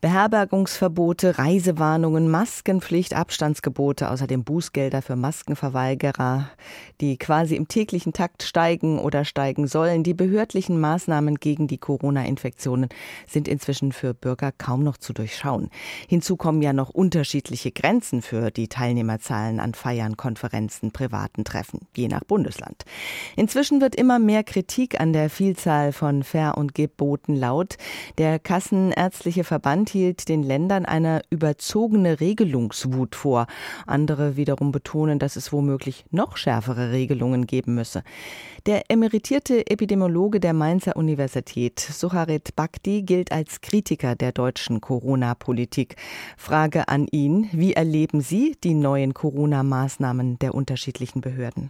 Beherbergungsverbote, Reisewarnungen, Maskenpflicht, Abstandsgebote, außerdem Bußgelder für Maskenverweigerer, die quasi im täglichen Takt steigen oder steigen sollen. Die behördlichen Maßnahmen gegen die Corona-Infektionen sind inzwischen für Bürger kaum noch zu durchschauen. Hinzu kommen ja noch unterschiedliche Grenzen für die Teilnehmerzahlen an Feiern, Konferenzen, privaten Treffen, je nach Bundesland. Inzwischen wird immer mehr Kritik an der Vielzahl von Ver- und Geboten laut. Der Kassenärztliche Verband hielt den Ländern eine überzogene Regelungswut vor. Andere wiederum betonen, dass es womöglich noch schärfere Regelungen geben müsse. Der emeritierte Epidemiologe der Mainzer Universität, Sucharit Bhakdi, gilt als Kritiker der deutschen Corona-Politik. Frage an ihn: Wie erleben Sie die neuen Corona-Maßnahmen der unterschiedlichen Behörden?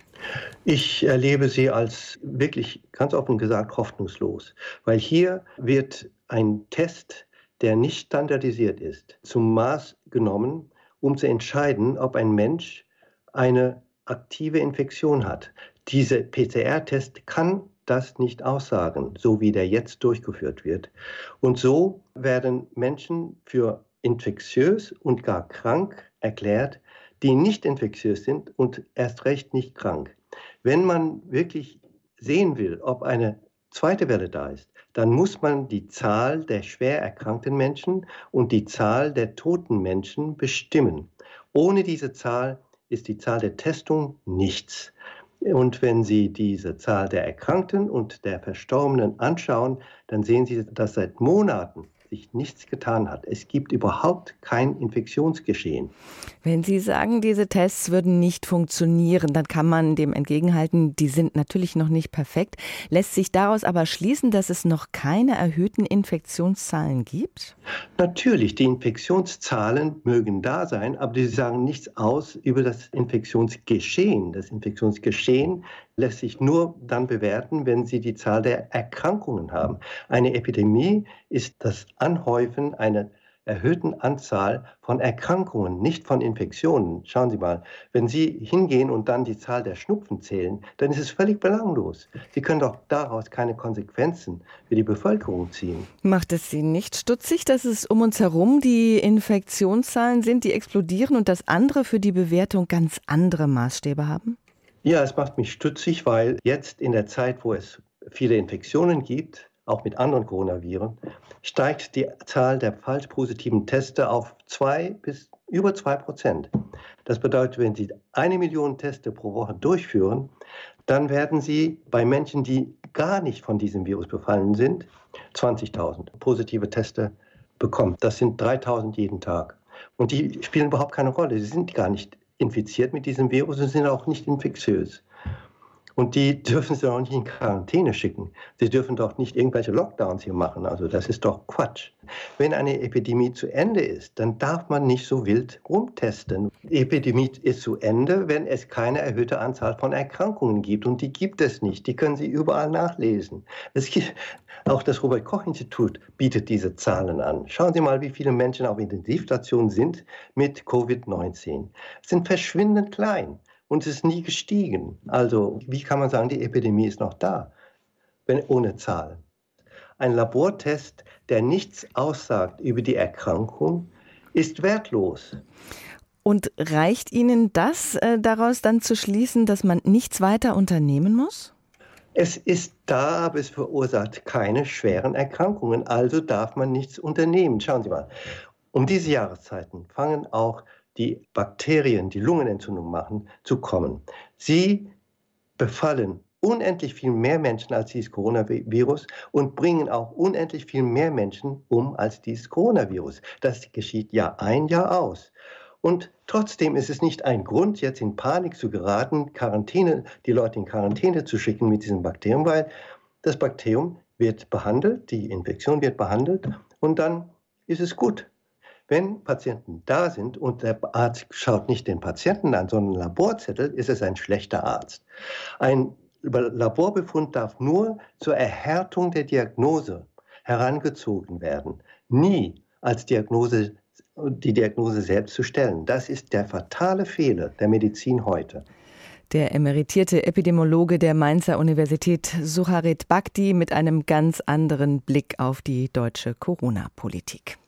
Ich erlebe sie als wirklich, ganz offen gesagt, hoffnungslos. Weil hier wird ein Test, der nicht standardisiert ist, zum Maß genommen, um zu entscheiden, ob ein Mensch eine aktive Infektion hat. Dieser PCR-Test kann das nicht aussagen, so wie der jetzt durchgeführt wird. Und so werden Menschen für infektiös und gar krank erklärt, die nicht infektiös sind und erst recht nicht krank. Wenn man wirklich sehen will, ob eine zweite Welle da ist, dann muss man die Zahl der schwer erkrankten Menschen und die Zahl der toten Menschen bestimmen. Ohne diese Zahl ist die Zahl der Testung nichts. Und wenn Sie diese Zahl der Erkrankten und der Verstorbenen anschauen, dann sehen Sie, dass seit Monaten sich nichts getan hat. Es gibt überhaupt kein Infektionsgeschehen. Wenn Sie sagen, diese Tests würden nicht funktionieren, dann kann man dem entgegenhalten, die sind natürlich noch nicht perfekt. Lässt sich daraus aber schließen, dass es noch keine erhöhten Infektionszahlen gibt? Natürlich, die Infektionszahlen mögen da sein, aber die sagen nichts aus über das Infektionsgeschehen. Das Infektionsgeschehen lässt sich nur dann bewerten, wenn Sie die Zahl der Erkrankungen haben. Eine Epidemie ist das Anhäufen einer erhöhten Anzahl von Erkrankungen, nicht von Infektionen. Schauen Sie mal, wenn Sie hingehen und dann die Zahl der Schnupfen zählen, dann ist es völlig belanglos. Sie können doch daraus keine Konsequenzen für die Bevölkerung ziehen. Macht es Sie nicht stutzig, dass es um uns herum die Infektionszahlen sind, die explodieren und dass andere für die Bewertung ganz andere Maßstäbe haben? Ja, es macht mich stutzig, weil jetzt in der Zeit, wo es viele Infektionen gibt, auch mit anderen Coronaviren, steigt die Zahl der falsch positiven Teste auf 2 bis über 2%. Das bedeutet, wenn Sie 1 Million Teste pro Woche durchführen, dann werden Sie bei Menschen, die gar nicht von diesem Virus befallen sind, 20.000 positive Teste bekommen. Das sind 3.000 jeden Tag. Und die spielen überhaupt keine Rolle. Sie sind gar nicht infiziert mit diesem Virus und sind auch nicht infektiös. Und die dürfen Sie auch nicht in Quarantäne schicken. Sie dürfen doch nicht irgendwelche Lockdowns hier machen. Also das ist doch Quatsch. Wenn eine Epidemie zu Ende ist, dann darf man nicht so wild rumtesten. Die Epidemie ist zu Ende, wenn es keine erhöhte Anzahl von Erkrankungen gibt. Und die gibt es nicht. Die können Sie überall nachlesen. Auch das Robert-Koch-Institut bietet diese Zahlen an. Schauen Sie mal, wie viele Menschen auf Intensivstationen sind mit Covid-19. Es sind verschwindend klein. Und es ist nie gestiegen. Also wie kann man sagen, die Epidemie ist noch da, ohne Zahlen? Ein Labortest, der nichts aussagt über die Erkrankung, ist wertlos. Und reicht Ihnen das, daraus dann zu schließen, dass man nichts weiter unternehmen muss? Es ist da, aber es verursacht keine schweren Erkrankungen. Also darf man nichts unternehmen. Schauen Sie mal, um diese Jahreszeiten fangen auch die Bakterien, die Lungenentzündung machen, zu kommen. Sie befallen unendlich viel mehr Menschen als dieses Coronavirus und bringen auch unendlich viel mehr Menschen um als dieses Coronavirus. Das geschieht Jahr ein, Jahr aus. Und trotzdem ist es nicht ein Grund, jetzt in Panik zu geraten, die Leute in Quarantäne zu schicken mit diesem Bakterium, weil das Bakterium wird behandelt, die Infektion wird behandelt und dann ist es gut. Wenn Patienten da sind und der Arzt schaut nicht den Patienten an, sondern einen Laborzettel, ist es ein schlechter Arzt. Ein Laborbefund darf nur zur Erhärtung der Diagnose herangezogen werden, nie als die Diagnose selbst zu stellen. Das ist der fatale Fehler der Medizin heute. Der emeritierte Epidemiologe der Mainzer Universität Sucharit Bhakdi mit einem ganz anderen Blick auf die deutsche Corona-Politik.